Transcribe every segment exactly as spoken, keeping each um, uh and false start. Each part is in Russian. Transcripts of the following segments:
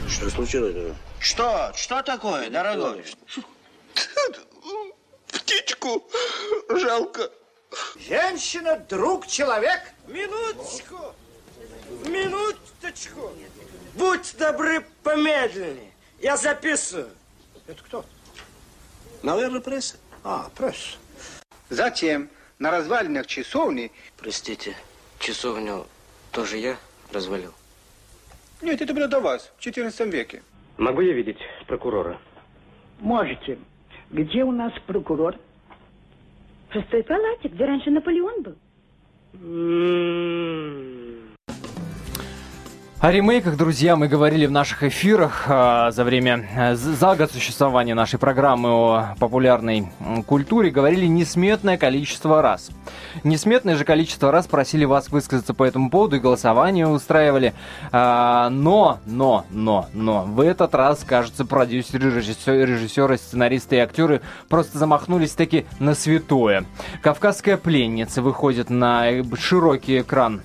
Что случилось? Что? Что такое, дорогой? Птичку жалко. Женщина, друг, человек. Минуточку. Минуточку. Будь добры, помедленнее. Я записываю. Это кто? Наверное, пресса. А, пресса. Затем на развалинах часовни... Простите, часовню тоже я развалил? Нет, это было до вас, в четырнадцатом веке. Могу я видеть прокурора? Можете. Где у нас прокурор? В шестой палате, где раньше Наполеон был. О ремейках, друзья, мы говорили в наших эфирах а, за время, а, за год существования нашей программы о популярной м, культуре, говорили несметное количество раз. Несметное же количество раз просили вас высказаться по этому поводу и голосование устраивали. А, но, но, но, но, в этот раз, кажется, продюсеры, режиссеры, режиссеры, сценаристы и актеры просто замахнулись таки на святое. «Кавказская пленница» выходит на широкий экран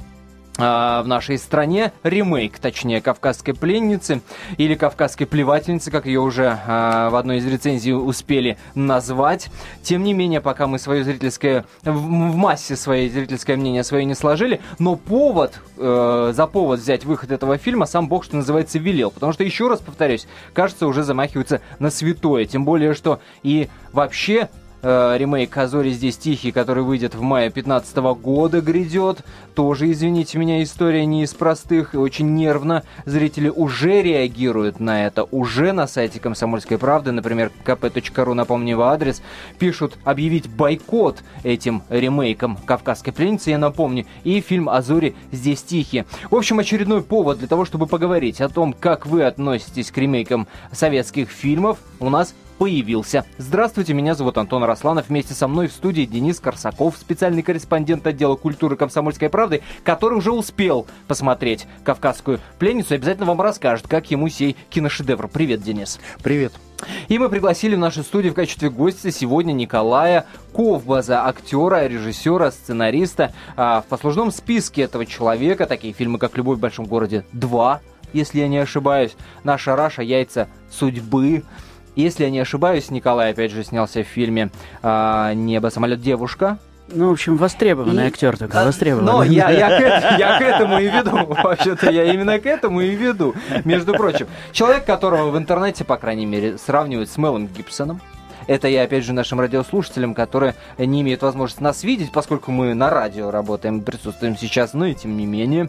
в нашей стране. Ремейк, точнее, «Кавказской пленницы» или «Кавказской плевательницы», как ее уже а, в одной из рецензий успели назвать. Тем не менее, пока мы свое зрительское, в, в массе своей зрительское мнение свое не сложили, но повод, э, за повод взять выход этого фильма сам Бог, что называется, велел. Потому что, еще раз повторюсь, кажется, уже замахиваются на святое. Тем более, что и вообще... ремейк «А зори здесь тихие», который выйдет в мае две тысячи пятнадцатого года, грядет. Тоже, извините меня, история не из простых. И очень нервно зрители уже реагируют на это. Уже на сайте «Комсомольской правды», например, ка пэ точка ру, напомню его адрес, пишут объявить бойкот этим ремейком «Кавказской пленницы», я напомню, и фильм «А зори здесь тихие». В общем, очередной повод для того, чтобы поговорить о том, как вы относитесь к ремейкам советских фильмов, у нас появился. Здравствуйте, меня зовут Антон Арасланов. Вместе со мной в студии Денис Корсаков, специальный корреспондент отдела культуры «Комсомольской правды», который уже успел посмотреть «Кавказскую пленницу». Обязательно вам расскажет, как ему сей киношедевр. Привет, Денис. Привет. И мы пригласили в нашу студию в качестве гостя сегодня Николая Ковбаза, актера, режиссера, сценариста. А в послужном списке этого человека такие фильмы, как «Любовь в большом городе два», если я не ошибаюсь, «Наша Раша. Яйца судьбы». Если я не ошибаюсь, Николай опять же снялся в фильме а, «Небо, самолет, девушка». Ну, в общем, востребованный и... актер такой, а, востребованный. Но я, я, к, я к этому и веду. Вообще-то я именно к этому и веду. Между прочим, человек, которого в интернете, по крайней мере, сравнивают с Мелом Гибсоном. Это я, опять же, нашим радиослушателям, которые не имеют возможности нас видеть, поскольку мы на радио работаем, присутствуем сейчас, но и тем не менее.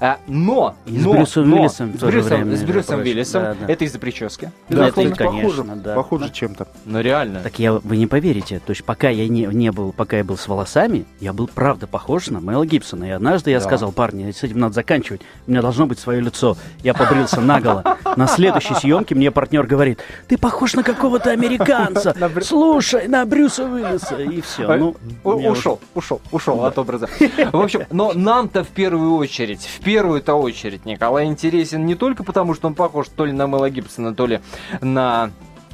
Но, и с но, Брюсом но, Уиллисом с Брюсом, с Брюсом да, Уиллисом, да, да. это из-за прически. Да, это, это, конечно, похоже, да. похоже да. чем-то. Ну, реально. Так я, вы не поверите, то есть пока я не, не был, пока я был с волосами, я был правда похож на Мела Гибсона. И однажды я да. сказал: парни, с этим надо заканчивать, у меня должно быть свое лицо. Я побрился наголо. На следующей съемке мне партнер говорит: ты похож на какого-то американца. Слушай, на Брюса Уиллиса. И все. Ну, ушел, ушел, ушел от образа. В общем, но нам-то в первую очередь, в первую-то очередь Николай интересен не только потому, что он похож то ли на Мела Гибсона, то ли на...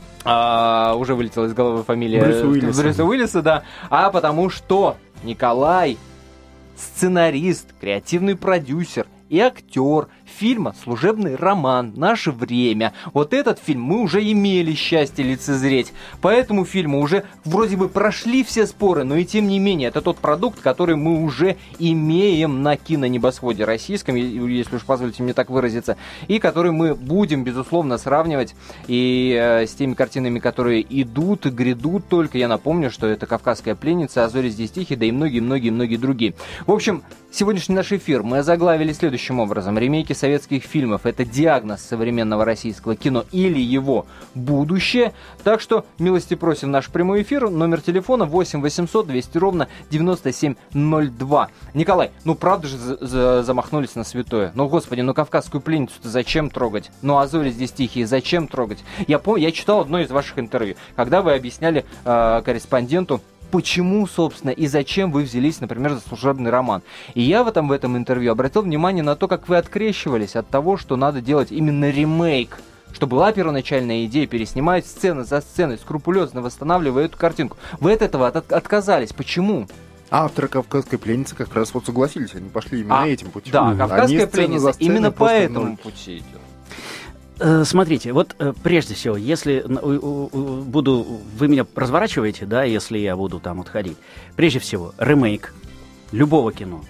А, уже вылетела из головы фамилия Брюса Уиллиса. Брюса Уиллиса, да, а потому что Николай сценарист, креативный продюсер и актер фильма «Служебный роман. Наше время». Вот этот фильм мы уже имели счастье лицезреть. По этому фильму уже вроде бы прошли все споры, но и тем не менее, это тот продукт, который мы уже имеем на кинонебосводе российском, если уж позволите мне так выразиться, и который мы будем, безусловно, сравнивать и э, с теми картинами, которые идут и грядут только. Я напомню, что это «Кавказская пленница», «А зори здесь тихие», да и многие-многие-многие другие. В общем, сегодняшний наш эфир мы озаглавили следующим образом. Ремейки советских фильмов — это диагноз современного российского кино или его будущее. Так что милости просим в наш прямой эфир. Номер телефона восемь восемьсот двести ровно девяносто семь ноль два. Николай, ну правда же за- за- замахнулись на святое? Ну господи, ну «Кавказскую пленницу-то зачем трогать? Ну «А зори здесь тихие» зачем трогать? Я помню, я читал одно из ваших интервью, когда вы объясняли э, корреспонденту, почему, собственно, и зачем вы взялись, например, за «Служебный роман». И я в этом, в этом интервью обратил внимание на то, как вы открещивались от того, что надо делать именно ремейк, что была первоначальная идея переснимать сцену за сценой, скрупулезно восстанавливая эту картинку. Вы от этого от- отказались. Почему? Авторы «Кавказской пленницы» как раз вот согласились, они пошли именно а, этим путем. Да, «Кавказская Они пленница» именно по этому ноль. пути идет. Э, смотрите, вот э, прежде всего, если э, э, буду, вы меня разворачиваете, да, если я буду там отходить. Прежде всего, ремейк любого кино,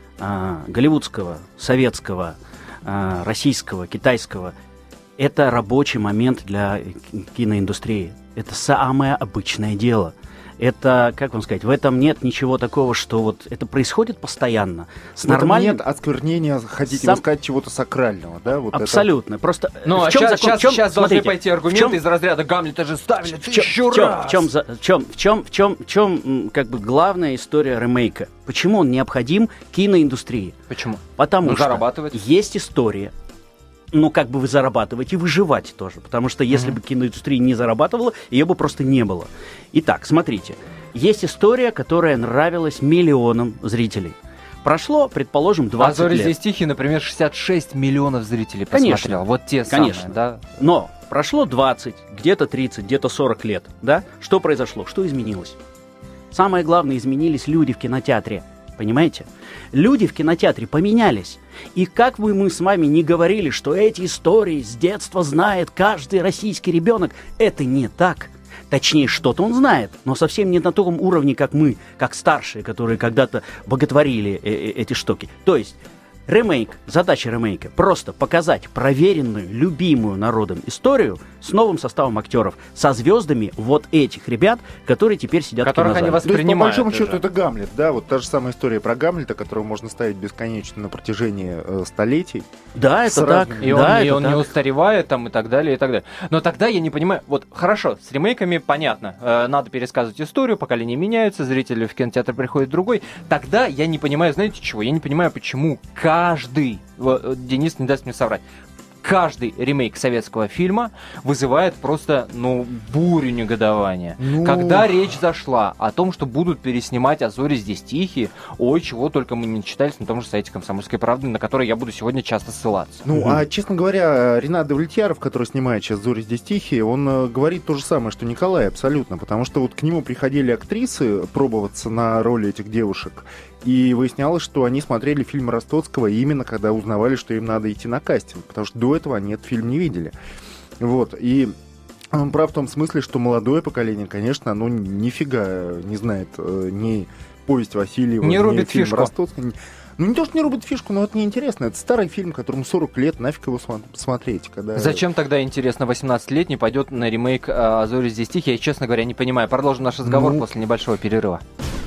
э, голливудского, советского, э, российского, китайского, это рабочий момент для киноиндустрии. Это самое обычное дело. Это, как вам сказать, в этом нет ничего такого, что вот это происходит постоянно. С в этом нормальным... нет осквернения, хотите Сам... вы сказать, чего-то сакрального, да? Вот абсолютно. Это... Просто но в чем сейчас, закон? сейчас, В чем... сейчас Смотрите, должны пойти аргументы чем... из разряда Гамлета же ставили в тысячу чем, раз. В чем, в чем, в чем, в чем, в чем, как бы главная история ремейка? Почему он необходим киноиндустрии? Почему? Потому ну, что зарабатывать. Есть история. Ну, как бы вы зарабатывать и выживать тоже. Потому что если mm-hmm. бы киноиндустрия не зарабатывала, ее бы просто не было. Итак, смотрите. Есть история, которая нравилась миллионам зрителей. Прошло, предположим, двадцать лет. «А «Зори здесь тихие», например, шестьдесят шесть миллионов зрителей посмотрел. Конечно. Вот те Конечно. самые, да? Но прошло двадцать, где-то тридцать, где-то сорок лет, да? Что произошло? Что изменилось? Самое главное, изменились люди в кинотеатре. Понимаете? Люди в кинотеатре поменялись. И как бы мы с вами не говорили, что эти истории с детства знает каждый российский ребенок, это не так. Точнее, что-то он знает, но совсем не на том уровне, как мы, как старшие, которые когда-то боготворили э- э- эти штуки. То есть ремейк, задача ремейка просто показать проверенную, любимую народом историю с новым составом актеров, со звездами вот этих ребят, которые теперь сидят которых в кинозале. они воспринимают. То есть, по большому уже. счету, это Гамлет, да? Вот та же самая история про Гамлета, которую можно ставить бесконечно на протяжении э, столетий. Да, это так. И да, он, это и он так. не устаревает там и так далее, и так далее. Но тогда я не понимаю, вот хорошо, с ремейками понятно, э, надо пересказывать историю, поколения меняются, зрители в кинотеатр приходят другой. Тогда я не понимаю, знаете чего? Я не понимаю, почему каждый, вот, Денис не даст мне соврать, каждый ремейк советского фильма вызывает просто, ну, бурю негодования. Ну... Когда речь зашла о том, что будут переснимать «А зори здесь тихие», ой, чего только мы не читались на том же сайте «Комсомольской правды», на который я буду сегодня часто ссылаться. Ну, угу. а, честно говоря, Ренат Давлетьяров, который снимает сейчас «Зори здесь тихие», он э, говорит то же самое, что Николай, абсолютно, потому что вот к нему приходили актрисы пробоваться на роли этих девушек, и выяснялось, что они смотрели фильм Ростоцкого именно когда узнавали, что им надо идти на кастинг, потому что до этого они этот фильм не видели. Вот, и он прав в том смысле, что молодое поколение, конечно, оно нифига не знает э, ни повесть Васильева, не ни рубит фильм фишку. Ростоцкого. Ну, не то, что не рубит фишку, но это неинтересно. Это старый фильм, которому сорок лет, нафиг его смотреть. Когда... Зачем тогда, интересно, восемнадцатилетний пойдет на ремейк «А зори здесь тихие»? Я, честно говоря, не понимаю. Продолжим наш разговор ну... после небольшого перерыва.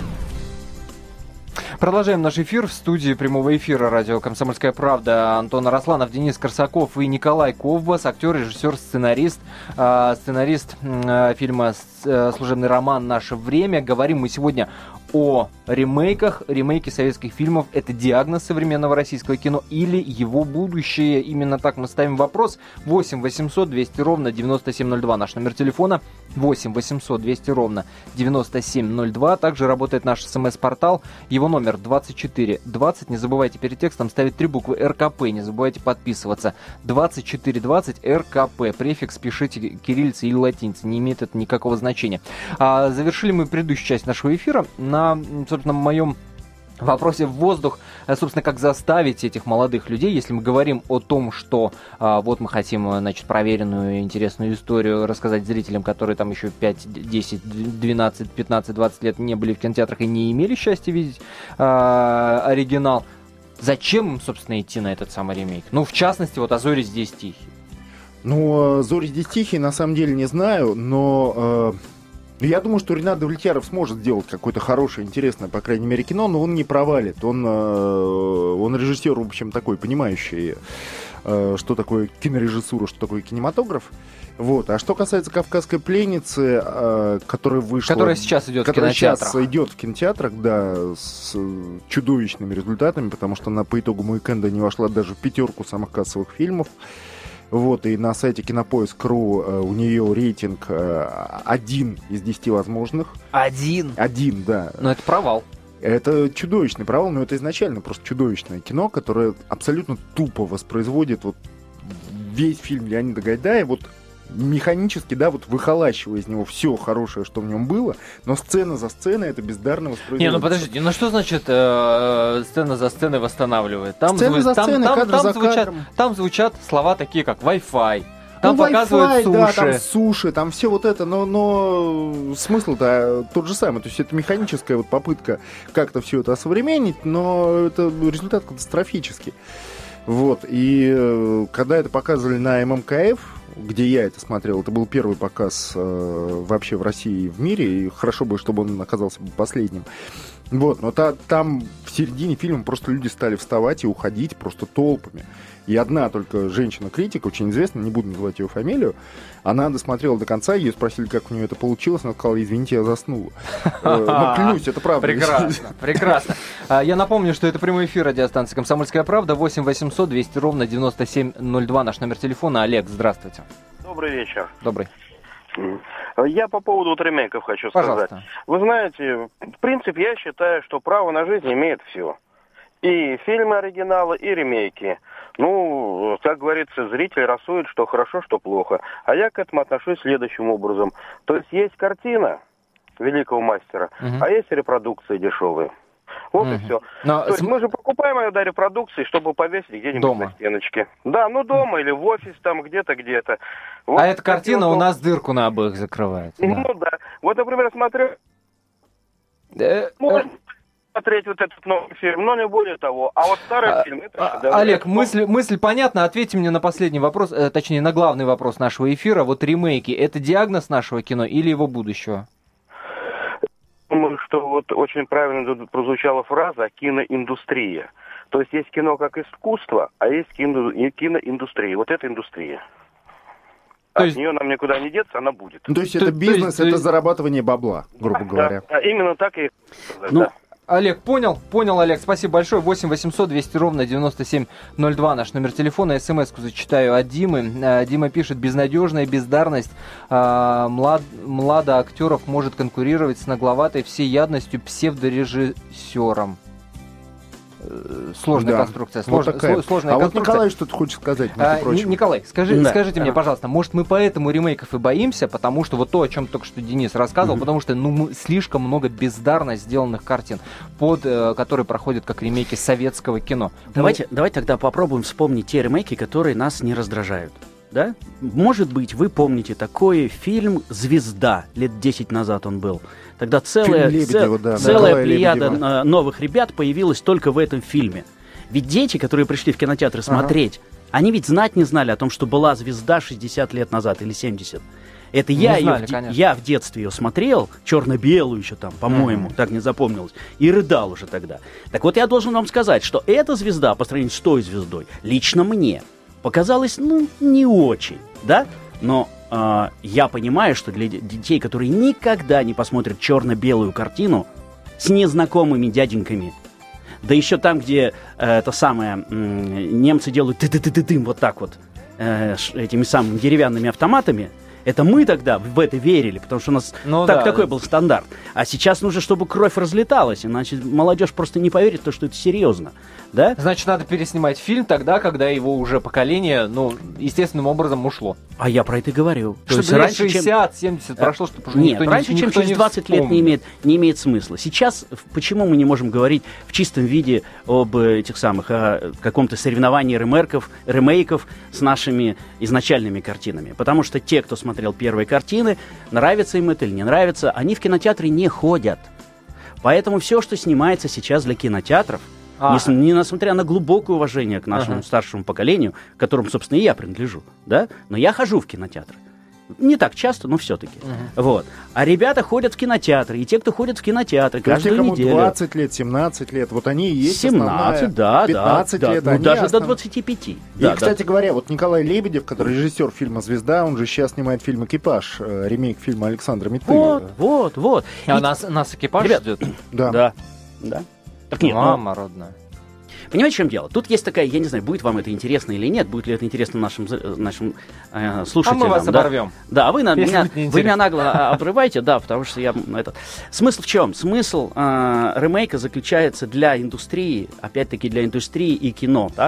Продолжаем наш эфир. В студии прямого эфира радио «Комсомольская правда» Антон Арасланов, Денис Корсаков и Николай Ковбас, актер, режиссер, сценарист, э, сценарист э, фильма э, «Служебный роман. Наше время». Говорим мы сегодня о ремейках. Ремейки советских фильмов – это диагноз современного российского кино или его будущее? Именно так мы ставим вопрос. восемь восемьсот двести ровно девяносто семь ноль два. Наш номер телефона восемь восемьсот двести ровно девяносто семь ноль два. Также работает наш смс-портал. Его номер двадцать четыре двадцать. Не забывайте перед текстом ставить три буквы эр ка пэ. Не забывайте подписываться. двадцать четыре двадцать эр ка пэ. Префикс пишите кириллицей или латиницей. Не имеет это никакого значения. А, завершили мы предыдущую часть нашего эфира на, собственно, моем вопросе в воздух, собственно, как заставить этих молодых людей, если мы говорим о том, что а, вот мы хотим, значит, проверенную, интересную историю рассказать зрителям, которые там еще пять, десять, двенадцать, пятнадцать, двадцать лет не были в кинотеатрах и не имели счастья видеть а, оригинал. Зачем им, собственно, идти на этот самый ремейк? Ну, в частности, вот «А зори здесь тихие». Ну, «Зори здесь тихие» на самом деле не знаю, но... Э... Я думаю, что Ренат Давлетьяров сможет сделать какое-то хорошее, интересное, по крайней мере, кино, но он не провалит. Он, э, он режиссер, в общем, такой, понимающий, э, что такое кинорежиссура, что такое кинематограф. Вот. А что касается «Кавказской пленницы», э, которая вышла... Которая сейчас идет в которая кинотеатрах. сейчас идет в кинотеатрах, да, с чудовищными результатами, потому что она по итогу уикенда не вошла даже в пятерку самых кассовых фильмов. Вот, и на сайте Кинопоиск точка ру э, у нее рейтинг э, один из десяти возможных. Один? Один, да. Но это провал. Это чудовищный провал, но это изначально просто чудовищное кино, которое абсолютно тупо воспроизводит вот весь фильм Леонида Гайдая, вот механически, да, вот выхолащивая из него все хорошее, что в нем было, но сцена за сценой это бездарно воспроизводится. Не, ну подождите, ну что значит э, сцена за сценой восстанавливает? Там, сцена зву... за там, сценой, там, кадр там, за звучат, кадром. там звучат слова такие, как Wi-Fi, Там ну, показывают Wi-Fi, да, суши. там суши, там все вот это, но, но смысл-то тот же самый. То есть это механическая вот попытка как-то все это осовременить, но это результат катастрофический. Вот, и э, когда это показывали на эм эм ка эф, где я это смотрел, это был первый показ э, вообще в России и в мире, и хорошо бы, чтобы он оказался последним. Вот, но та, там в середине фильма просто люди стали вставать и уходить просто толпами. И одна только женщина-критик, очень известная, не буду называть ее фамилию, она досмотрела до конца, ее спросили, как у нее это получилось, она сказала: извините, я заснула. Ну, клянусь, это правда. Прекрасно, прекрасно. Я напомню, что это прямой эфир радиостанции «Комсомольская правда», восемь восемьсот двести ровно девяносто семь ноль два, наш номер телефона. Олег, здравствуйте. Добрый вечер. Добрый. Я по поводу вот ремейков хочу Пожалуйста. сказать. Вы знаете, в принципе, я считаю, что право на жизнь имеет все. И фильмы оригиналы, и ремейки. Ну, как говорится, зритель рассудит, что хорошо, что плохо. А я к этому отношусь следующим образом. То есть есть картина великого мастера, угу. а есть репродукции дешевые. Вот угу. и все. Но То есть см... мы же покупаем иногда репродукции, чтобы повесить где-нибудь дома. На стеночке. Да, ну дома или в офис, там где-то, где-то. Вот а эта картина вот... у нас дырку на обоих закрывает. Ну да. да. Вот, например, смотрю... Э, Можно смотреть вот этот новый фильм, но не более того. А вот старый а, фильм... Это, да, Олег, это... мысль, мысль понятна. Ответьте мне на последний вопрос, э, точнее, на главный вопрос нашего эфира. Вот ремейки, это диагноз нашего кино или его будущего? Думаю, что вот очень правильно тут прозвучала фраза «киноиндустрия». То есть есть кино как искусство, а есть кино, киноиндустрия. Вот это индустрия. То От есть... нее нам никуда не деться, она будет. То есть это бизнес, то есть... это зарабатывание бабла, грубо да, говоря. Да, именно так и... Ну... Да. Олег, понял, понял, Олег, спасибо большое. восемь восемьсот двести ровно девяносто семь ноль два, наш номер телефона. СМС-ку зачитаю от Димы. Дима пишет: безнадежная бездарность млад, млада актеров может конкурировать с нагловатой всеядностью псевдорежиссером. Сложная да. конструкция. Слож... Вот такая. Сложная а конструкция. Вот Николай что-то хочет сказать, между а, прочим. Николай, скажи, да. скажите мне, пожалуйста, может, мы поэтому ремейков и боимся, потому что вот то, о чем только что Денис рассказывал, mm-hmm. потому что ну, мы, слишком много бездарно сделанных картин, под, э, которые проходят как ремейки советского кино. Давайте, мы... давайте тогда попробуем вспомнить те ремейки, которые нас не раздражают. Да? Может быть, вы помните такой фильм «Звезда», лет десять назад он был. Тогда целая, Лебедева, цел, да, целая да, плеяда Лебедева. новых ребят появилась только в этом фильме. Ведь дети, которые пришли в кинотеатры смотреть, ага. они ведь знать не знали о том, что была «Звезда» шестьдесят лет назад или семьдесят. Это я, знали, ее, в, я в детстве ее смотрел, черно-белую еще там, по-моему, mm-hmm. так не запомнилось, и рыдал уже тогда. Так вот, я должен вам сказать, что эта «Звезда» по сравнению с той «Звездой» лично мне показалась, ну, не очень, да? Но э, я понимаю, что для детей, которые никогда не посмотрят черно-белую картину с незнакомыми дяденьками, да еще там, где э, это самое, э, немцы делают ты-ты-ты-ты-дым вот так вот, э, этими самыми деревянными автоматами, это мы тогда в это верили, потому что у нас ну, так, да, такой да. был стандарт. А сейчас нужно, чтобы кровь разлеталась, иначе молодежь просто не поверит, то, что это серьезно. Да? Значит, надо переснимать фильм тогда, когда его уже поколение, ну, естественным образом ушло. А я про это говорю. То есть раньше шестьдесят-семьдесят прошло, чтобы уже Нет, никто раньше, не, чем через двадцать лет не имеет, не имеет смысла. Сейчас почему мы не можем говорить в чистом виде об этих самых, о каком-то соревновании ремейков, ремейков с нашими изначальными картинами? Потому что те, кто смотрел первые картины, нравится им это или не нравится, они в кинотеатры не ходят. Поэтому все, что снимается сейчас для кинотеатров, А. Не, не несмотря на глубокое уважение к нашему ага. старшему поколению, к которому, собственно, и я принадлежу, да, но я хожу в кинотеатры. Не так часто, но все-таки. Uh-huh. Вот. А ребята ходят в кинотеатры, и те, кто ходит в кинотеатры каждую кому неделю. двадцать лет, семнадцать лет, вот они и есть семнадцать, да, пятнадцать да, лет, да, они ну, даже основ... до двадцати пяти. И, да, кстати да. говоря, вот Николай Лебедев, который режиссер фильма «Звезда», он же сейчас снимает фильм «Экипаж», ремейк фильма Александра Митты. Вот, вот, вот. А и... нас, нас «Экипаж» Ребят, ждет? Да. Да, да. Так нет, мама но... родная. Понимаете, в чем дело? Тут есть такая, я не знаю, будет вам это интересно или нет, будет ли это интересно нашим, нашим э, слушателям. А мы вас да? оборвем. Да, а вы, на, меня, вы меня нагло обрываете, да, потому что я... Этот... Смысл в чем? Смысл э, ремейка заключается для индустрии, опять-таки для индустрии и кино, да,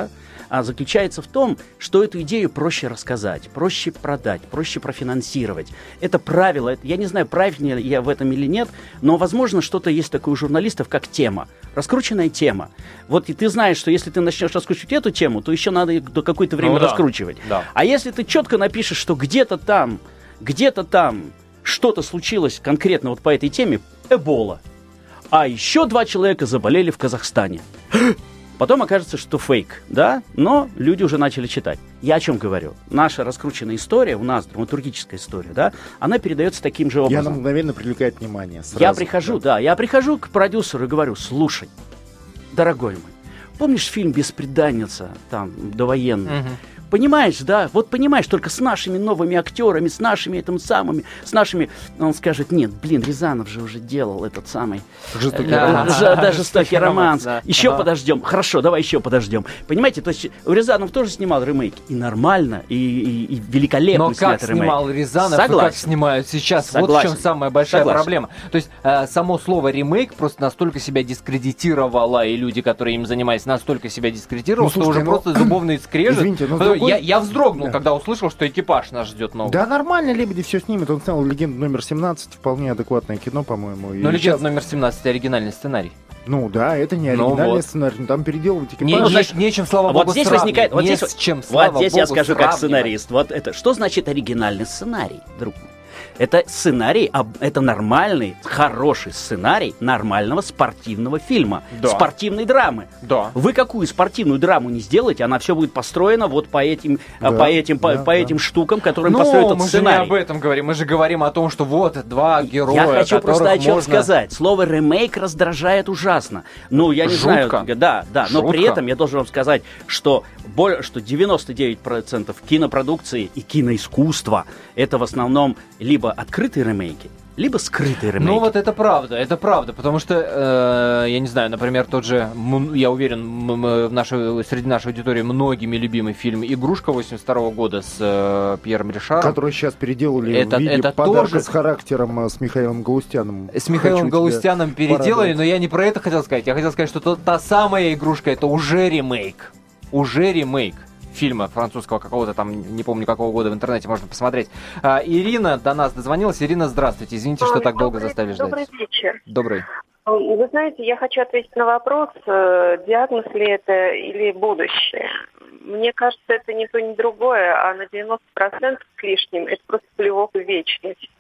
а заключается в том, что эту идею проще рассказать, проще продать, проще профинансировать. Это правило, я не знаю, правильно я в этом или нет, но, возможно, что-то есть такое у журналистов, как тема, раскрученная тема. Вот и ты знаешь, что если ты начнешь раскручивать эту тему, то еще надо до какое-то время ну, да. раскручивать. Да. А если ты четко напишешь, что где-то там, где-то там что-то случилось конкретно вот по этой теме, Эбола, а еще два человека заболели в Казахстане. Потом окажется, что фейк, да, но люди уже начали читать. Я о чем говорю? Наша раскрученная история, у нас драматургическая история, да, она передается таким же образом. Я мгновенно привлекает внимание. Сразу, я прихожу, да. да, я прихожу к продюсеру и говорю: слушай, дорогой мой, помнишь фильм «Бесприданница», там, довоенный? Угу. Понимаешь, да, вот понимаешь, только с нашими новыми актерами, с нашими этим самыми, с нашими, он скажет: нет, блин, Рязанов же уже делал этот самый жестокий да, романс, да, да, жестокий романс. Да. Еще ага. подождем, хорошо, давай еще подождем. Понимаете, то есть Рязанов тоже снимал ремейки, и нормально, и, и, и великолепно Но снят как ремейк. снимал Рязанов, Согласен. и как снимают сейчас, Согласен. Вот в чем самая большая Согласен. проблема. То есть э, само слово ремейк просто настолько себя дискредитировало, и люди, которые им занимались, настолько себя дискредитировали, ну, слушайте, что уже ну, просто зубовный скрежет. Извините, но другой... я, я вздрогнул, да. когда услышал, что «Экипаж» нас ждет новый. Да нормально, Лебедев все снимет. Он снял «Легенду номер семнадцать», вполне адекватное кино, по-моему. Но «Легенда сейчас... номер семнадцать» — оригинальный сценарий. Ну да, это не оригинальный ну, вот. сценарий, но там переделывать «Экипаж». Не, не, нечем, слава вот богу, здесь сравнивать. возникает, вот не здесь, с чем, вот здесь богу, я скажу сравнивать. как сценарист. Вот это, что значит оригинальный сценарий, друг мой? Это сценарий, это нормальный, хороший сценарий нормального спортивного фильма, да. спортивной драмы. Да. Вы какую спортивную драму не сделаете, она все будет построена вот по этим, да, по этим, да, по, да. по этим штукам, которым Но построен этот мы сценарий. же не об этом говорим, мы же говорим о том, что вот два героя, Я хочу просто о чем можно... сказать. Слово ремейк раздражает ужасно. Ну, я не Жутко. знаю, да, да, но Жутко. при этом я должен вам сказать, что, более, что девяносто девять процентов кинопродукции и киноискусства это в основном либо открытые ремейки, либо скрытые ремейки. Ну вот это правда, это правда, потому что, э, я не знаю, например, тот же, я уверен, в нашей, среди нашей аудитории многими любимый фильм «Игрушка» восемьдесят второго года с э, Пьером Ришаром. Который сейчас переделали это, в виде это подарка тоже... с характером с Михаилом Галустяном. С Михаилом Хочу Галустяном переделали, порадовать. но я не про это хотел сказать. Я хотел сказать, что то, та самая «Игрушка» — это уже ремейк. Уже ремейк фильма французского какого-то там, не помню какого года, в интернете можно посмотреть. А, Ирина до нас дозвонилась. Ирина, здравствуйте. Извините, что так долго заставили ждать. Добрый вечер. Добрый. Вы знаете, я хочу ответить на вопрос, диагноз ли это или будущее. Мне кажется, это ни то, ни другое, а на девяносто процентов с лишним это просто плевок в вечность.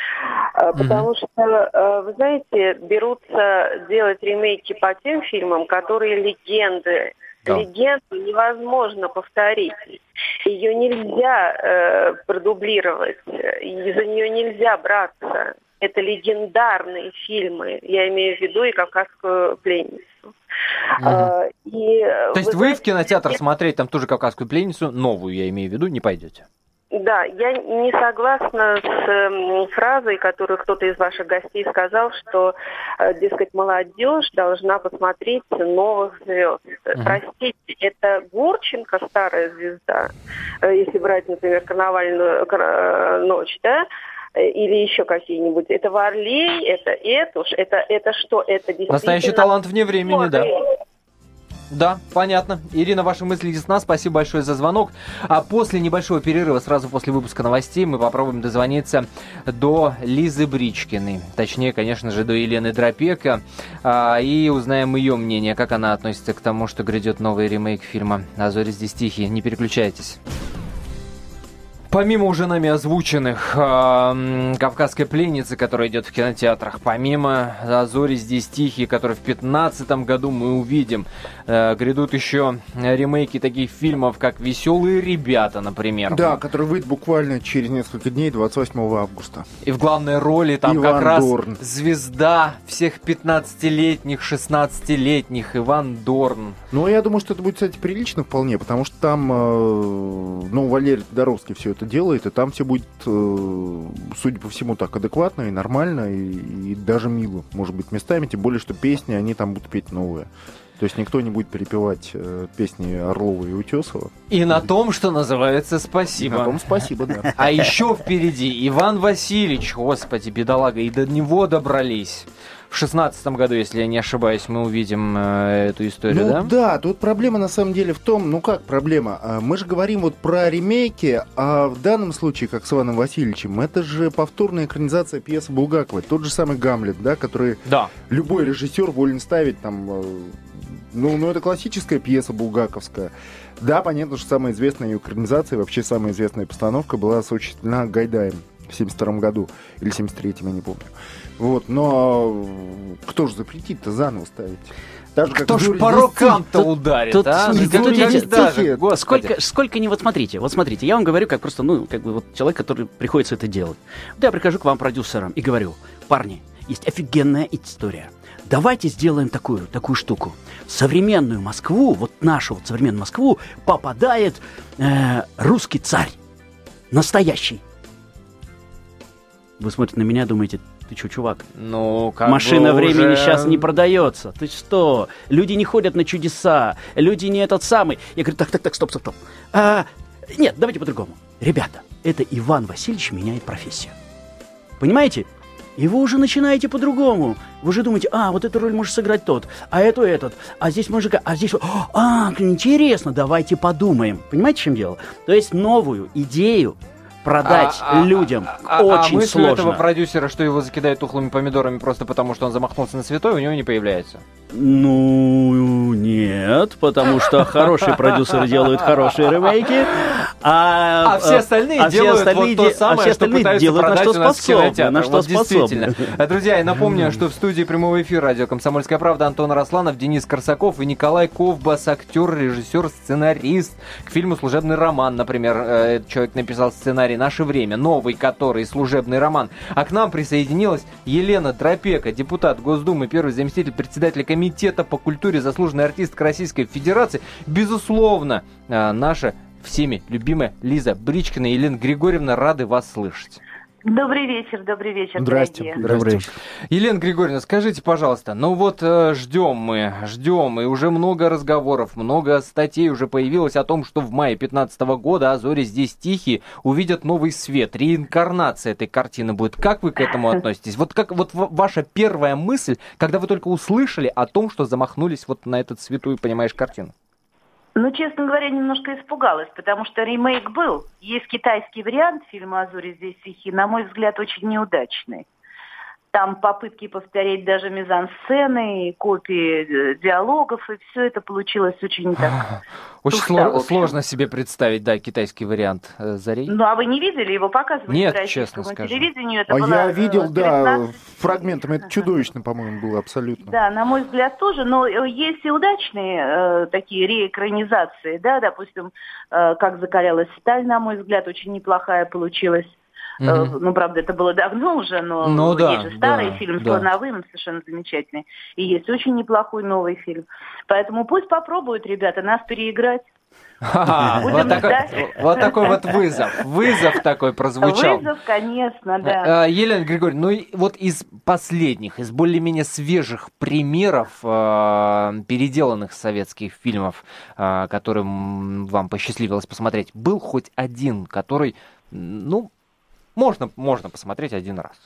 Потому что, вы знаете, берутся делать ремейки по тем фильмам, которые легенды. Да. Легенду невозможно повторить. Ее нельзя э, продублировать. И за нее нельзя браться. Это легендарные фильмы. Я имею в виду и «Кавказскую пленницу». Угу. А, и, То есть вы, знаете, в кинотеатр я... смотреть там ту же «Кавказскую пленницу», новую, я имею в виду, не пойдете? Да, я не согласна с э, фразой, которую кто-то из ваших гостей сказал, что, э, дескать, молодежь должна посмотреть новых звезд. Uh-huh. Простите, это Гурченко, старая звезда, э, если брать, например, «Карнавальную э, ночь», да, или еще какие-нибудь. Это Варлей, это Этуш, это, это что? Это действительно... Настоящий талант вне времени, да. Да, понятно. Ирина, ваши мысли ясна. Спасибо большое за звонок. А после небольшого перерыва, сразу после выпуска новостей, мы попробуем дозвониться до Лизы Бричкиной. Точнее, конечно же, до Елены Дропека. А, и узнаем ее мнение, как она относится к тому, что грядет новый ремейк фильма «А зори здесь тихие». Не переключайтесь. Помимо уже нами озвученных э, «Кавказской пленницы», которая идет в кинотеатрах, помимо «А зори здесь тихие», которые в пятнадцатом году мы увидим, э, грядут еще ремейки таких фильмов, как «Веселые ребята», например. Да, который выйдет буквально через несколько дней, двадцать восьмого августа. И в главной роли там Иван как раз Дорн. звезда всех пятнадцатилетних, шестнадцатилетних, Иван Дорн. Ну, я думаю, что это будет, кстати, прилично вполне, потому что там, э, ну, Валерий Тодоровский все это делает, и там все будет, э, судя по всему, так адекватно и нормально, и, и даже мило, может быть, местами, тем более, что песни, они там будут петь новые. То есть никто не будет перепевать э, песни Орлова и Утесова. И на том, что называется, спасибо. И на том спасибо, да. А еще впереди Иван Васильевич, господи, бедолага, и до него добрались. в шестнадцатом году, если я не ошибаюсь, мы увидим э, эту историю, ну, да? Да, тут проблема на самом деле в том, ну как проблема? Мы же говорим вот про ремейки, а в данном случае, как с Иваном Васильевичем, это же повторная экранизация пьесы Булгаковой. Тот же самый «Гамлет», да, который да. любой режиссер волен ставить там... Ну, ну, это классическая пьеса булгаковская. Да, понятно, что самая известная ее экранизация, вообще самая известная постановка была осуществлена Гайдаем в семьдесят втором году. Или семьдесят третьем, я не помню. Вот, но кто же запретит-то заново ставить? Даже Кто ж по рукам-то ударит, тут, а? Тут, Тут видите, даже, сколько, сколько не... Вот смотрите, вот смотрите, я вам говорю, как просто, ну, как бы вот человек, который приходится это делать. Вот я прихожу к вам, продюсерам, и говорю: парни, есть офигенная история. Давайте сделаем такую, такую штуку. В современную Москву, вот нашу вот современную Москву, попадает э, русский царь. Настоящий. Вы смотрите на меня, думаете: ты что, чувак? Ну, как Машина бы времени уже... сейчас не продается. Ты что? Люди не ходят на чудеса. Люди не этот самый. Я говорю: так, так, так, стоп, стоп, стоп. А, нет, давайте по-другому. Ребята, это Иван Васильевич меняет профессию. Понимаете? И вы уже начинаете по-другому. Вы уже думаете: а, вот эту роль может сыграть тот, а эту этот, а здесь мужика, а здесь... А, интересно, давайте подумаем. Понимаете, в чем дело? То есть новую идею продать а, людям а, очень а мысль сложно. этого продюсера, что его закидают тухлыми помидорами просто потому, что он замахнулся на святой, у него не появляется. Ну, нет, потому что хорошие продюсеры делают хорошие ремейки, а, а все остальные а делают все остальные, вот то самое, а все что остальные пытаются делают продать на что у нас в кинотеатрах. На что вот способны. Действительно. Друзья, я напомню, что в студии прямого эфира радио «Комсомольская правда» Антон Арасланов, Денис Корсаков и Николай Ковбас, актер, режиссер, сценарист. К фильму «Служебный роман», например, этот человек написал сценарий «Наше время», новый который «Служебный роман». А к нам присоединилась Елена Тропека, депутат Госдумы, первый заместитель председателя комитета по культуре, заслуженная артистка Российской Федерации. Безусловно, наша всеми любимая Лиза Бричкина. Елена Григорьевна, рады вас слышать. Добрый вечер, добрый вечер, Здрасте. дорогие. Добрый вечер. Елена Григорьевна, скажите, пожалуйста, ну вот э, ждем мы, ждем, и уже много разговоров, много статей уже появилось о том, что в мае пятнадцатого года «А зори здесь тихие» увидят новый свет, реинкарнация этой картины будет. Как вы к этому относитесь? Вот как вот ваша первая мысль, когда вы только услышали о том, что замахнулись вот на эту святую, понимаешь, картину? Ну, честно говоря, немножко испугалась, потому что ремейк был. Есть китайский вариант фильма «А зори здесь тихие», на мой взгляд, очень неудачный. Там попытки повторять даже мизансцены, копии диалогов, и все это получилось очень так... Очень сло- сложно себе представить, да, китайский вариант э, «Зорей». Ну, а вы не видели? Его показывали Нет, по российскому честно скажу. телевидению? Это а была, я видел, э, да, девятнадцать... фрагментами. Это чудовищно, по-моему, было абсолютно. Да, на мой взгляд тоже, но есть и удачные э, такие реэкранизации, да, допустим, э, «Как закалялась сталь», на мой взгляд, очень неплохая получилась. Mm-hmm. Ну, правда, это было давно уже, но ну, да, есть же старый да, фильм с да. Лановым, совершенно замечательный. И есть очень неплохой новый фильм. Поэтому пусть попробуют, ребята, нас переиграть. Вот такой, вот такой вот вызов. Вызов такой прозвучал. Вызов, конечно, да. Елена Григорьевна, ну вот из последних, из более-менее свежих примеров переделанных советских фильмов, которые вам посчастливилось посмотреть, был хоть один, который, ну, Можно, можно посмотреть один раз.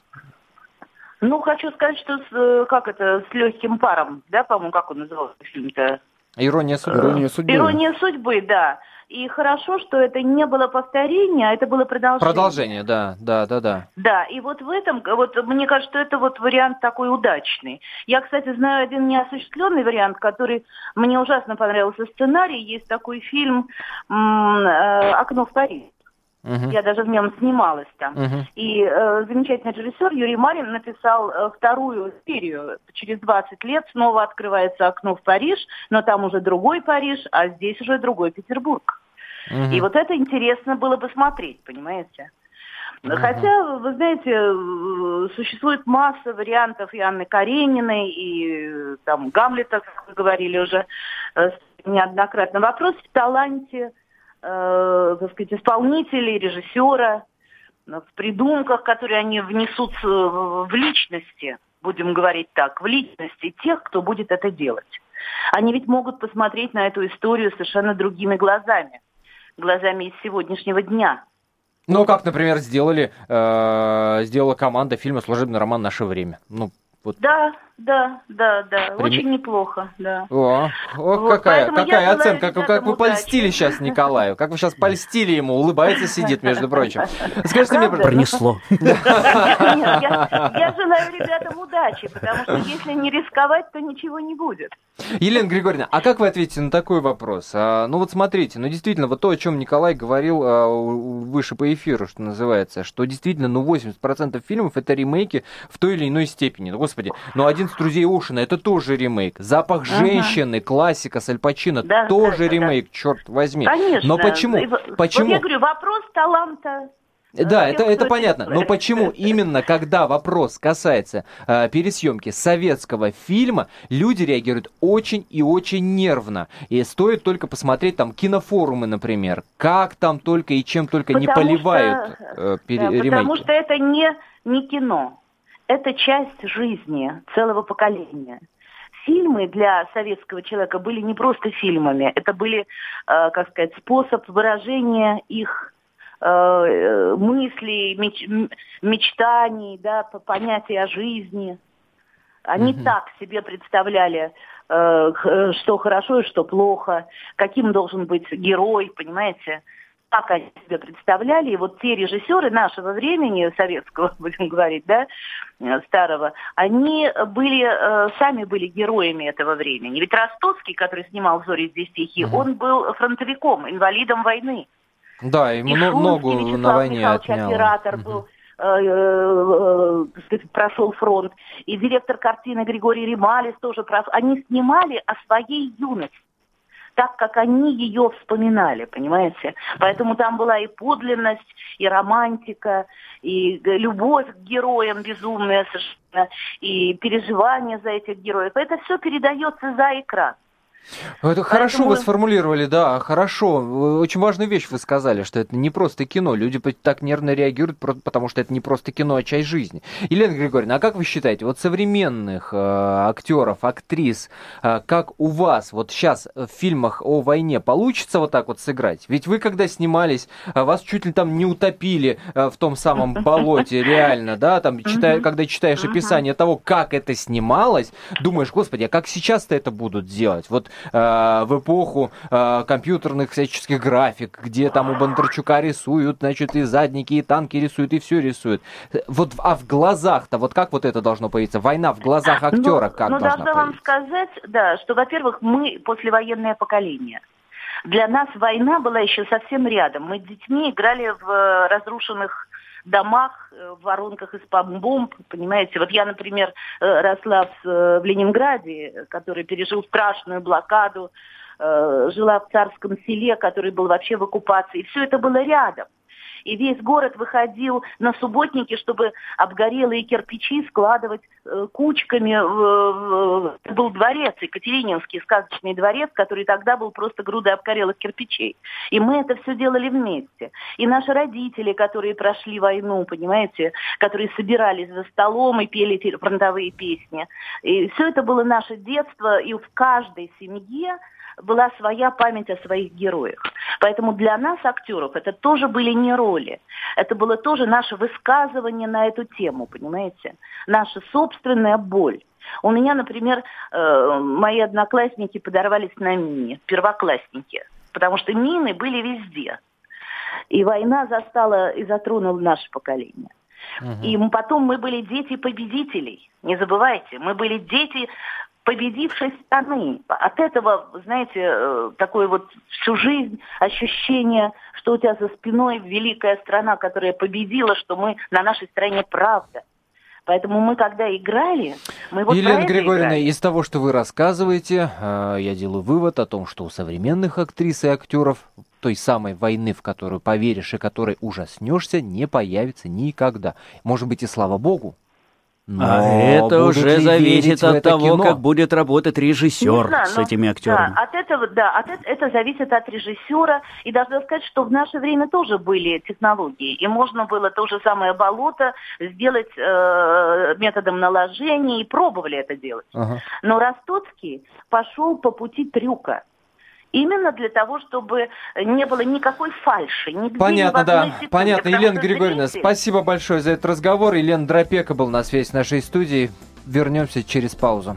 Ну, хочу сказать, что с, как это, с легким паром, да, по-моему, как он назывался фильм-то? Ирония судьбы. Ирония судьбы. Ирония судьбы, да. И хорошо, что это не было повторение, а это было продолжение. Продолжение, да, да, да, да. Да, и вот в этом, вот мне кажется, что это вот вариант такой удачный. Я, кстати, знаю один неосуществленный вариант, который мне ужасно понравился сценарий. Есть такой фильм «Окно в Париж». Uh-huh. Я даже в нем снималась там. Uh-huh. И э, замечательный режиссер Юрий Марин написал э, вторую серию. Через двадцать лет снова открывается «Окно в Париж», но там уже другой Париж, а здесь уже другой Петербург. Uh-huh. И вот это интересно было бы смотреть, понимаете? Uh-huh. Хотя, вы знаете, существует масса вариантов и Анны Карениной, и там Гамлета, как вы говорили уже э, неоднократно. Вопрос в таланте, Э, так сказать, исполнителей, режиссера, в придумках, которые они внесут в личности, будем говорить так, в личности тех, кто будет это делать. Они ведь могут посмотреть на эту историю совершенно другими глазами, глазами из сегодняшнего дня. Ну, как, например, сделали, э, сделала команда фильма «Служебный роман. Наше время». Ну, вот. Да, да, да, да, Прим... очень неплохо, да. О, о Вот, какая, поэтому какая я оценка, желаю как, как вы ребятам польстили сейчас Николаю, как вы сейчас польстили ему, улыбается, сидит, между прочим. Скажите мне, пронесло. Нет, я, я желаю ребятам удачи, потому что если не рисковать, то ничего не будет. Елена Григорьевна, а как вы ответите на такой вопрос? А, ну вот смотрите, ну действительно, вот то, о чем Николай говорил а, выше по эфиру, что называется, что действительно, ну восемьдесят процентов фильмов это ремейки в той или иной степени. Ну, господи, ну «одиннадцать друзей Оушена» это тоже ремейк. «Запах женщины», ага. классика с Аль Пачино, да, тоже да, ремейк, да. черт возьми. Конечно. Но почему? Почему? Вот я говорю, вопрос таланта. Да, это, это понятно. Но почему именно, когда вопрос касается э, пересъемки советского фильма, люди реагируют очень и очень нервно. И стоит только посмотреть там кинофорумы, например, как там только и чем только потому не поливают э, пере- да, ремейки. Потому что это не, не кино. Это часть жизни целого поколения. Фильмы для советского человека были не просто фильмами. Это были, э, как сказать, способ выражения их мыслей, меч, мечтаний, да, понятий о жизни. Они mm-hmm. так себе представляли, э, что хорошо и что плохо, каким должен быть герой, понимаете? Так они себе представляли. И вот те режиссеры нашего времени, советского, будем говорить, да, старого, они были, э, сами были героями этого времени. Ведь Ростоцкий, который снимал «Зори здесь тихие», mm-hmm. он был фронтовиком, инвалидом войны. Да, ему и ногу Шумский, на войне Михайлович, отнял. Оператор угу. был, э, э, э, прошел фронт. И директор картины Григорий Ремалис тоже прошел. Они снимали о своей юности, так как они ее вспоминали, понимаете? Поэтому там была и подлинность, и романтика, и любовь к героям безумная совершенно, и переживания за этих героев. Это все передается за экран. Это Поэтому... хорошо вы сформулировали, да, хорошо. Очень важную вещь вы сказали, что это не просто кино. Люди так нервно реагируют, потому что это не просто кино, а часть жизни. Елена Григорьевна, а как вы считаете, вот современных э, актеров, актрис, э, как у вас вот сейчас в фильмах о войне получится вот так вот сыграть? Ведь вы, когда снимались, вас чуть ли там не утопили э, в том самом болоте, реально, да, там, читая, когда читаешь описание того, как это снималось, думаешь, господи, а как сейчас-то это будут делать? Вот в эпоху э, компьютерных всяческих график, где там у Бондарчука рисуют, значит, и задники, и танки рисуют, и все рисуют. Вот, а в глазах-то, вот как вот это должно появиться? Война в глазах актера как ну, должна должна вам сказать, да, что, во-первых, мы послевоенное поколение. Для нас война была еще совсем рядом. Мы с детьми играли в разрушенных домах, в воронках из-под бомб, понимаете. Вот я, например, росла в, в Ленинграде, который пережил страшную блокаду, жила в Царском селе, который был вообще в оккупации. И все это было рядом. И весь город выходил на субботники, чтобы обгорелые кирпичи складывать э, кучками. В, в, был дворец, Екатерининский сказочный дворец, который тогда был просто грудой обгорелых кирпичей. И мы это все делали вместе. И наши родители, которые прошли войну, понимаете, которые собирались за столом и пели фронтовые песни. И все это было наше детство, и в каждой семье была своя память о своих героях. Поэтому для нас, актеров, это тоже были не роли. Это было тоже наше высказывание на эту тему, понимаете? Наша собственная боль. У меня, например, мои одноклассники подорвались на мине, первоклассники, потому что мины были везде. И война застала и затронула наше поколение. Угу. И потом мы были дети победителей. Не забывайте, мы были дети победившей страны. От этого, знаете, такое вот всю жизнь ощущение, что у тебя за спиной великая страна, которая победила, что мы на нашей стороне правда. Поэтому мы, когда играли, мы вот Елена про это Григорьевна, играли. из того, что вы рассказываете, я делаю вывод о том, что у современных актрис и актеров той самой войны, в которую поверишь и которой ужаснешься, не появится никогда. Может быть, и слава богу. Но а это уже зависит от того, кино? как будет работать режиссер знаю, с но, этими актерами. Да, от этого, да, от это, это зависит от режиссера. И должна сказать, что в наше время тоже были технологии. И можно было то же самое болото сделать э, методом наложения, и пробовали это делать. Ага. Но Ростоцкий пошел по пути трюка. Именно для того, чтобы не было никакой фальши. Нигде Понятно, да. Секунды, Понятно. Елена Григорьевна, зритель... спасибо большое за этот разговор. Елена Дропека был на связи с нашей студией. вернемся через паузу.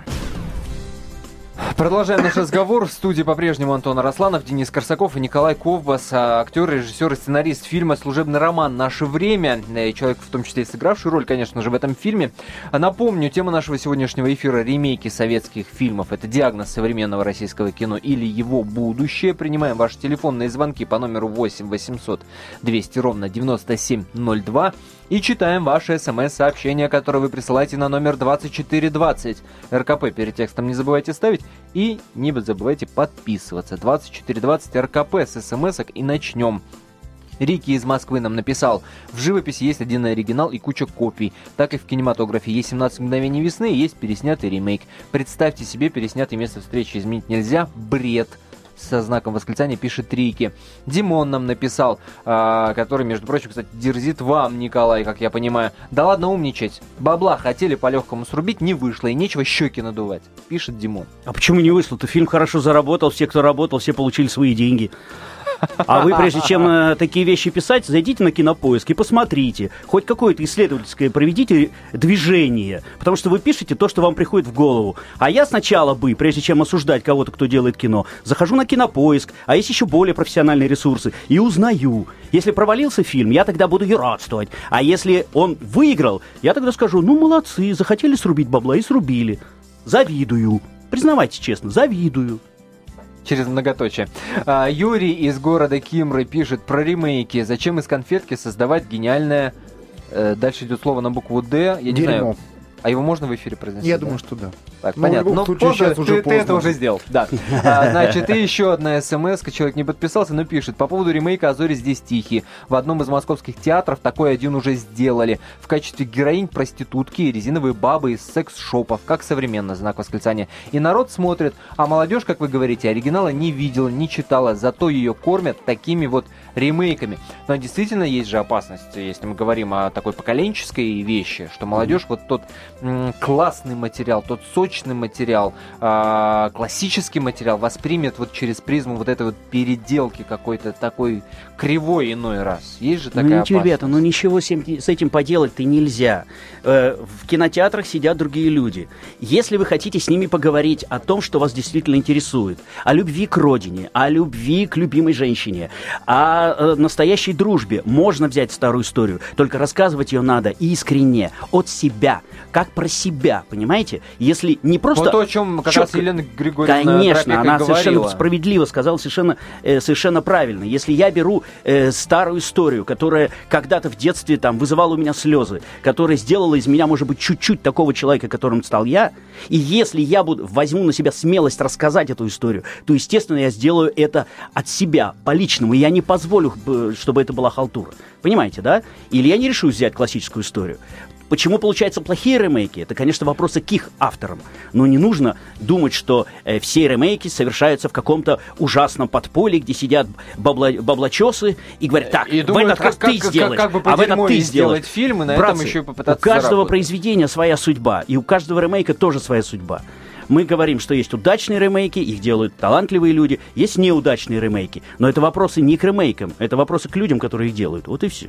Продолжаем наш разговор. В студии по-прежнему Антон Арасланов, Денис Корсаков и Николай Ковбас, актер, режиссер и сценарист фильма «Служебный роман. Наше время». И человек, в том числе и сыгравший роль, конечно же, в этом фильме. Напомню, тема нашего сегодняшнего эфира — ремейки советских фильмов. Это диагноз современного российского кино или его будущее. Принимаем ваши телефонные звонки по номеру восемь восемьсот двести ровно девяносто семь ноль два. И читаем ваши смс-сообщения, которые вы присылаете на номер двадцать четыре двадцать. РКП перед текстом не забывайте ставить. И не забывайте подписываться. двадцать четыре двадцать РКП с смс-ок, и начнем. Рики из Москвы нам написал: в живописи есть один оригинал и куча копий. Так и в кинематографе есть семнадцать мгновений весны и есть переснятый ремейк. Представьте себе, переснятый место встречи изменить нельзя. Бред. Со знаком восклицания пишет Рики. Димон нам написал, э, который, между прочим, кстати, дерзит вам, Николай, как я понимаю. Да ладно умничать. Бабла хотели по-легкому срубить, не вышло, и нечего щеки надувать, пишет Димон. А почему не вышло-то? Фильм хорошо заработал, все, кто работал, все получили свои деньги. А вы, прежде чем э, такие вещи писать, зайдите на Кинопоиск и посмотрите. Хоть какое-то исследовательское проведите движение. Потому что вы пишете то, что вам приходит в голову. А я сначала бы, прежде чем осуждать кого-то, кто делает кино, захожу на Кинопоиск, а есть еще более профессиональные ресурсы, и узнаю. Если провалился фильм, я тогда буду юродствовать. А если он выиграл, я тогда скажу: ну, молодцы, захотели срубить бабла и срубили. Завидую. Признавайте честно, завидую. Через многоточие. А, Юрий из города Кимры пишет про ремейки. Зачем из конфетки создавать гениальное... Э, дальше идет слово на букву «Д». Я не Дерьмо. знаю... А его можно в эфире произнести? Я да? думаю, что да. Так, но понятно. Ну, случае, позже, сейчас уже ты, ты это уже сделал. Да. А, значит, и еще одна смс. Человек не подписался, но пишет. По поводу ремейка «А зори здесь тихие». В одном из московских театров такой один уже сделали. В качестве героинь проститутки и резиновые бабы из секс-шопов. Как современно, знак восклицания. И народ смотрит. А молодежь, как вы говорите, оригинала не видела, не читала. Зато ее кормят такими вот ремейками. Но действительно есть же опасность, если мы говорим о такой поколенческой вещи, что молодежь вот тот м- классный материал, тот сочный материал, э- классический материал воспримет вот через призму вот этой вот переделки какой-то такой кривой иной раз. Есть же такая ну, опасность. Ребята, ну ничего с этим поделать-то нельзя. Э- в кинотеатрах сидят другие люди. Если вы хотите с ними поговорить о том, что вас действительно интересует, о любви к родине, о любви к любимой женщине, о настоящей дружбе, можно взять старую историю, только рассказывать ее надо искренне, от себя, как про себя, понимаете? Если не просто... Вот то, о чем как четко... раз Елена Григорьевна Конечно, она говорила. совершенно справедливо сказала, совершенно, э, совершенно правильно. Если я беру э, старую историю, которая когда-то в детстве там вызывала у меня слезы, которая сделала из меня, может быть, чуть-чуть такого человека, которым стал я, и если я буду, возьму на себя смелость рассказать эту историю, то, естественно, я сделаю это от себя, по-личному, и я не позволю, чтобы это была халтура. Понимаете, да? Или я не решусь взять классическую историю. Почему получаются плохие ремейки? Это, конечно, вопросы к их авторам. Но не нужно думать, что э, все ремейки совершаются в каком-то ужасном подполье, где сидят бабла, баблачесы и говорят: так, и в думают, этот раз как, ты как, сделаешь, как, как бы а в этот ты сделаешь. Фильм, и на Братцы, этом еще попытаться у каждого заработать. произведения своя судьба, и у каждого ремейка тоже своя судьба. Мы говорим, что есть удачные ремейки, их делают талантливые люди, есть неудачные ремейки. Но это вопросы не к ремейкам, это вопросы к людям, которые их делают. Вот и все.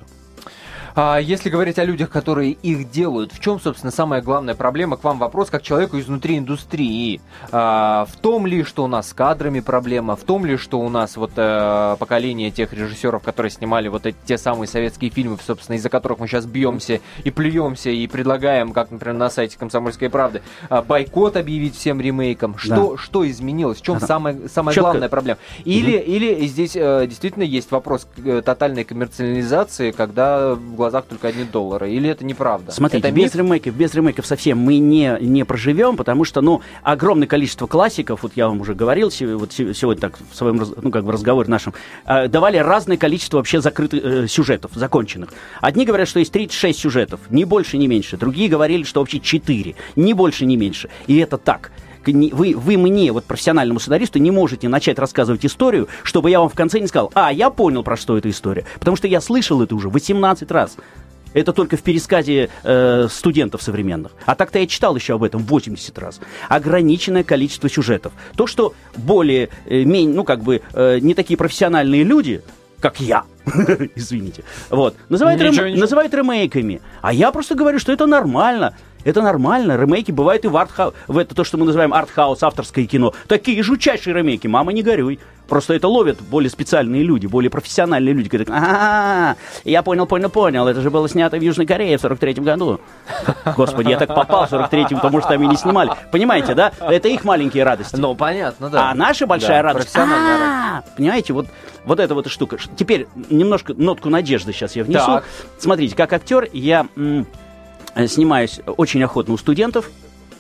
А если говорить о людях, которые их делают, в чем, собственно, самая главная проблема? К вам вопрос, как человеку изнутри индустрии. А, в том ли, что у нас с кадрами проблема, в том ли, что у нас вот а, поколение тех режиссеров, которые снимали вот эти те самые советские фильмы, собственно, из-за которых мы сейчас бьемся и плюемся, и предлагаем, как, например, на сайте «Комсомольской правды», а, бойкот объявить всем ремейкам. Что, да. что изменилось? В чем да. самая, самая главная проблема? Или, угу. или здесь а, действительно есть вопрос к, тотальной коммерциализации, когда в глазах только одни доллары, или это неправда? Смотрите, это без ремейков, без ремейков совсем мы не, не проживем, потому что, ну, огромное количество классиков, вот я вам уже говорил, вот сегодня так в своем, ну, как бы разговоре нашем, э, давали разное количество вообще закрытых э, сюжетов, законченных. Одни говорят, что есть тридцать шесть сюжетов, ни больше, ни меньше. Другие говорили, что вообще четыре, ни больше, ни меньше. И это так. Вы, вы мне, вот профессиональному сценаристу, не можете начать рассказывать историю, чтобы я вам в конце не сказал: а, я понял, про что эта история. Потому что я слышал это уже восемнадцать раз. Это только в пересказе э, студентов современных. А так-то я читал еще об этом восемьдесят раз. Ограниченное количество сюжетов. То, что более, э, менее, ну, как бы, э, не такие профессиональные люди, как я, извините, вот, называют, рем... называют ремейками. А я просто говорю, что это нормально. Это нормально. Ремейки бывают и в артхаус, в это то, что мы называем артхаус, авторское кино. Такие жутчайшие ремейки. Мама, не горюй. Просто это ловят более специальные люди, более профессиональные люди. Говорят, а, я понял, понял, понял. Это же было снято в Южной Корее в сорок третьем году. Господи, я так попал в сорок третьем, потому что там и не снимали. Понимаете, да? Это их маленькие радости. Ну, понятно, да. А наша большая да, радость... А-а-а, понимаете, вот, вот эта вот штука. Теперь немножко нотку надежды сейчас я внесу. Так. Смотрите, как актер я м- снимаюсь очень охотно у студентов.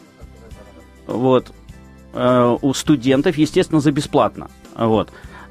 Вот. Э, у студентов, естественно, за бесплатно. Вот.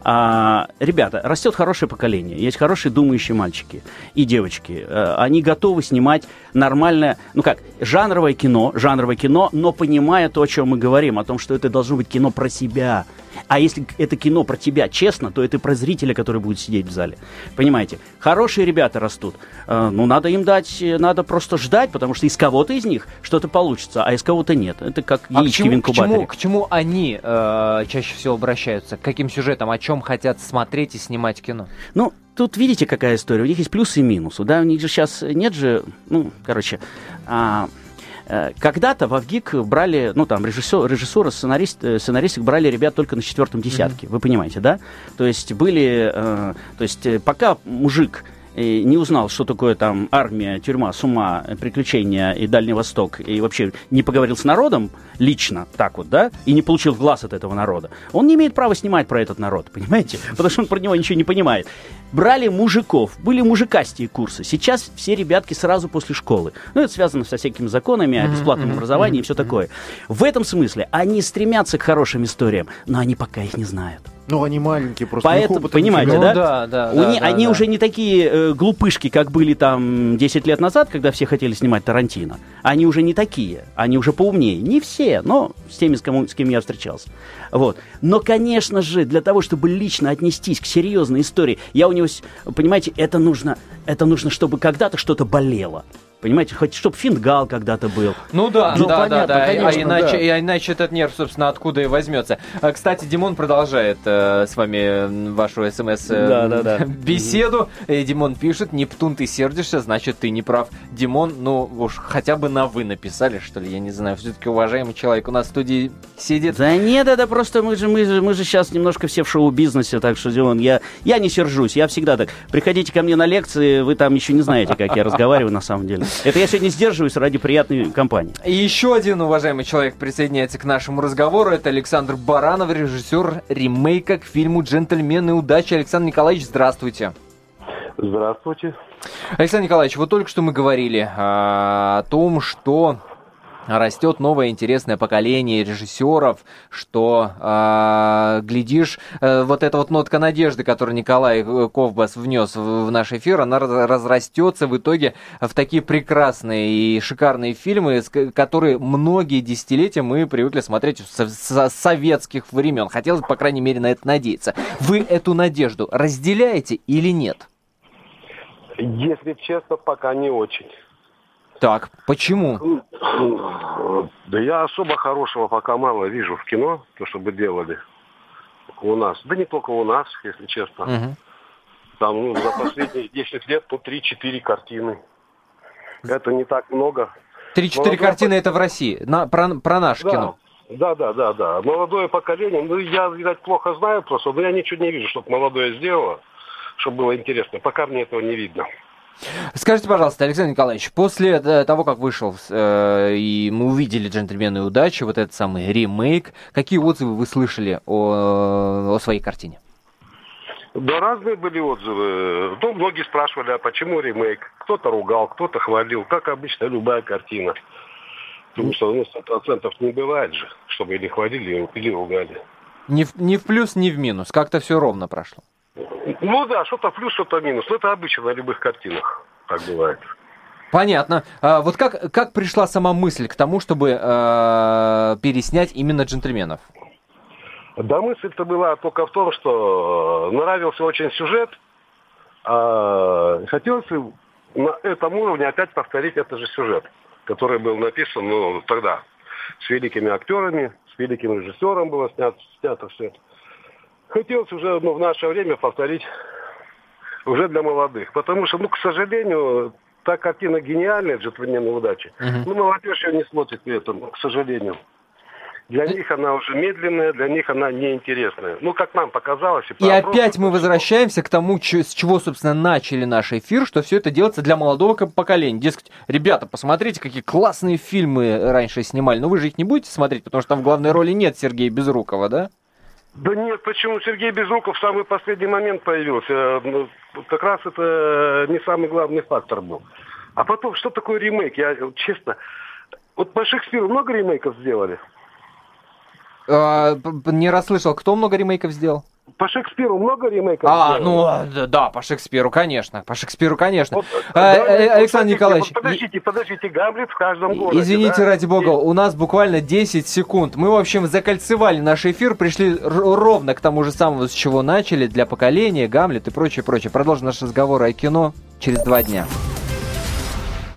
А, ребята, растет хорошее поколение, есть хорошие думающие мальчики и девочки. А, они готовы снимать нормальное, ну как, жанровое кино, жанровое кино, но понимая то, о чем мы говорим, о том, что это должно быть кино про себя. А если это кино про тебя честно, то это про зрителя, который будет сидеть в зале. Понимаете? Хорошие ребята растут. А, ну, надо им дать, надо просто ждать, потому что из кого-то из них что-то получится, а из кого-то нет. Это как а яички к чему, в инкубаторе. К чему, к чему они э, чаще всего обращаются? К каким сюжетам? О чем хотят смотреть и снимать кино? Ну, тут видите, какая история. У них есть плюсы и минусы. Да, у них же сейчас нет же, ну, короче, а, а, когда-то в Авгик брали, ну, там, режиссер, режиссера, сценарист, сценаристов брали ребят только на четвертом десятке. Mm-hmm. Вы понимаете, да? То есть были, а, то есть пока мужик не узнал, что такое там армия, тюрьма, с ума, приключения и Дальний Восток, и вообще не поговорил с народом лично, так вот, да, и не получил глаз от этого народа, он не имеет права снимать про этот народ, понимаете? Потому что он про него ничего не понимает. Брали мужиков, были мужикастые курсы. Сейчас все ребятки сразу после школы. Ну, это связано со всякими законами о бесплатном образовании и все такое. В этом смысле они стремятся к хорошим историям, но они пока их не знают. Ну, они маленькие, просто. Поэтому, понимаете, ну, да? да, да, У да, не, да они да. уже не такие э, глупышки, как были там десять лет назад, когда все хотели снимать Тарантино. Они уже не такие, они уже поумнее. Не все, но с теми, с, кому, с кем я встречался. Вот. Но, конечно же, для того, чтобы лично отнестись к серьезной истории, я у него, понимаете, это нужно, это нужно, чтобы когда-то что-то болело. Понимаете, хоть чтобы Фингал когда-то был. Ну да, ну, да, понятно, да, да. конечно, а, иначе, да. а иначе этот нерв, собственно, откуда и возьмется. А, кстати, Димон продолжает э, с вами вашу смс э, да, да, да. беседу. И Димон пишет: Нептун, ты сердишься, значит, ты не прав. Димон, ну уж хотя бы на вы написали, что ли, я не знаю. Все-таки уважаемый человек у нас в студии сидит. Да нет, это просто мы же, мы же, мы же сейчас немножко все в шоу-бизнесе, так что, Димон, я, я не сержусь, я всегда так. Приходите ко мне на лекции, вы там еще не знаете, как я разговариваю на самом деле. Это я сегодня сдерживаюсь ради приятной компании. И еще один уважаемый человек присоединяется к нашему разговору. Это Александр Баранов, режиссер ремейка к фильму «Джентльмены удачи». Александр Николаевич, здравствуйте. Здравствуйте. Александр Николаевич, вот только что мы говорили а, о том, что растет новое интересное поколение режиссеров, что, э, глядишь, э, вот эта вот нотка надежды, которую Николай Ковбас внес в, в наш эфир, она разрастется в итоге в такие прекрасные и шикарные фильмы, которые многие десятилетия мы привыкли смотреть с, с советских времен. Хотелось, по крайней мере, на это надеяться. Вы эту надежду разделяете или нет? Если честно, пока не очень. Так, почему? Да я особо хорошего пока мало вижу в кино, то, что бы делали у нас. Да не только у нас, если честно. Угу. Там ну, за последние десять лет по три-четыре картины. Это не так много. три-четыре картины это в России, на, про, про наше да. кино. Да, да, да, да. Молодое поколение, ну я, видать, плохо знаю просто, но я ничего не вижу, чтобы молодое сделало, чтобы было интересно. Пока мне этого не видно. Скажите, пожалуйста, Александр Николаевич, после того, как вышел э, и мы увидели «Джентльмены удачи», вот этот самый ремейк, какие отзывы вы слышали о, о своей картине? Да разные были отзывы. Ну, многие спрашивали, а почему ремейк? Кто-то ругал, кто-то хвалил, как обычно любая картина. Потому что ну, сто процентов не бывает же, чтобы или хвалили, или ругали. Ни в, ни в плюс, ни в минус, как-то все ровно прошло. Ну да, что-то плюс, что-то минус. Но это обычно на любых картинах так бывает. Понятно. А вот как, как пришла сама мысль к тому, чтобы э, переснять именно «Джентльменов»? Да мысль-то была только в том, что нравился очень сюжет, а хотелось на этом уровне опять повторить этот же сюжет, который был написан ну, тогда с великими актерами, с великим режиссером было снято, снято все это. Хотелось уже ну, в наше время повторить уже для молодых. Потому что, ну, к сожалению, та картина гениальная, «Джентльмены удачи». Uh-huh. Ну, молодежь ее не смотрит при этом, к сожалению. Для них она уже медленная, для них она неинтересная. Ну, как нам показалось. И, и опять мы возвращаемся к тому, с чего, собственно, начали наш эфир, что все это делается для молодого поколения. Дескать, ребята, посмотрите, какие классные фильмы раньше снимали. Но вы же их не будете смотреть, потому что там в главной роли нет Сергея Безрукова, да? Да нет, почему? Сергей Безруков в самый последний момент появился. Как раз это не самый главный фактор был. А потом, что такое ремейк? Я, честно, вот по Шекспиру много ремейков сделали? А, не расслышал, кто много ремейков сделал? По Шекспиру много ремейков А, сделали? ну, да, по Шекспиру, конечно, по Шекспиру, конечно. Вот, а, да, Александр подождите, Николаевич... Подождите, подождите, Гамлет в каждом городе. Извините, да? ради бога, у нас буквально десять секунд. Мы, в общем, закольцевали наш эфир, пришли ровно к тому же самому, с чего начали, для поколения, Гамлет и прочее, прочее. Продолжим наш разговор о кино через два дня.